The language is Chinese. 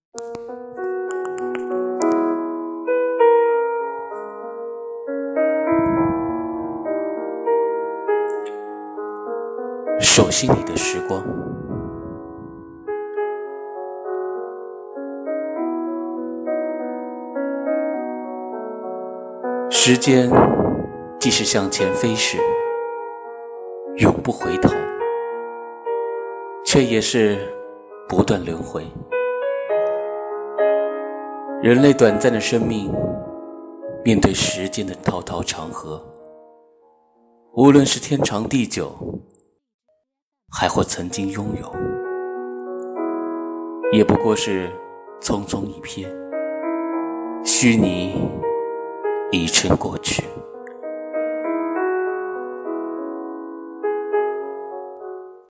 手心里的时光，时间即使向前飞逝，永不回头，却也是不断轮回。人类短暂的生命，面对时间的滔滔长河，无论是天长地久，还或曾经拥有，也不过是匆匆一瞥，虚拟已成过去。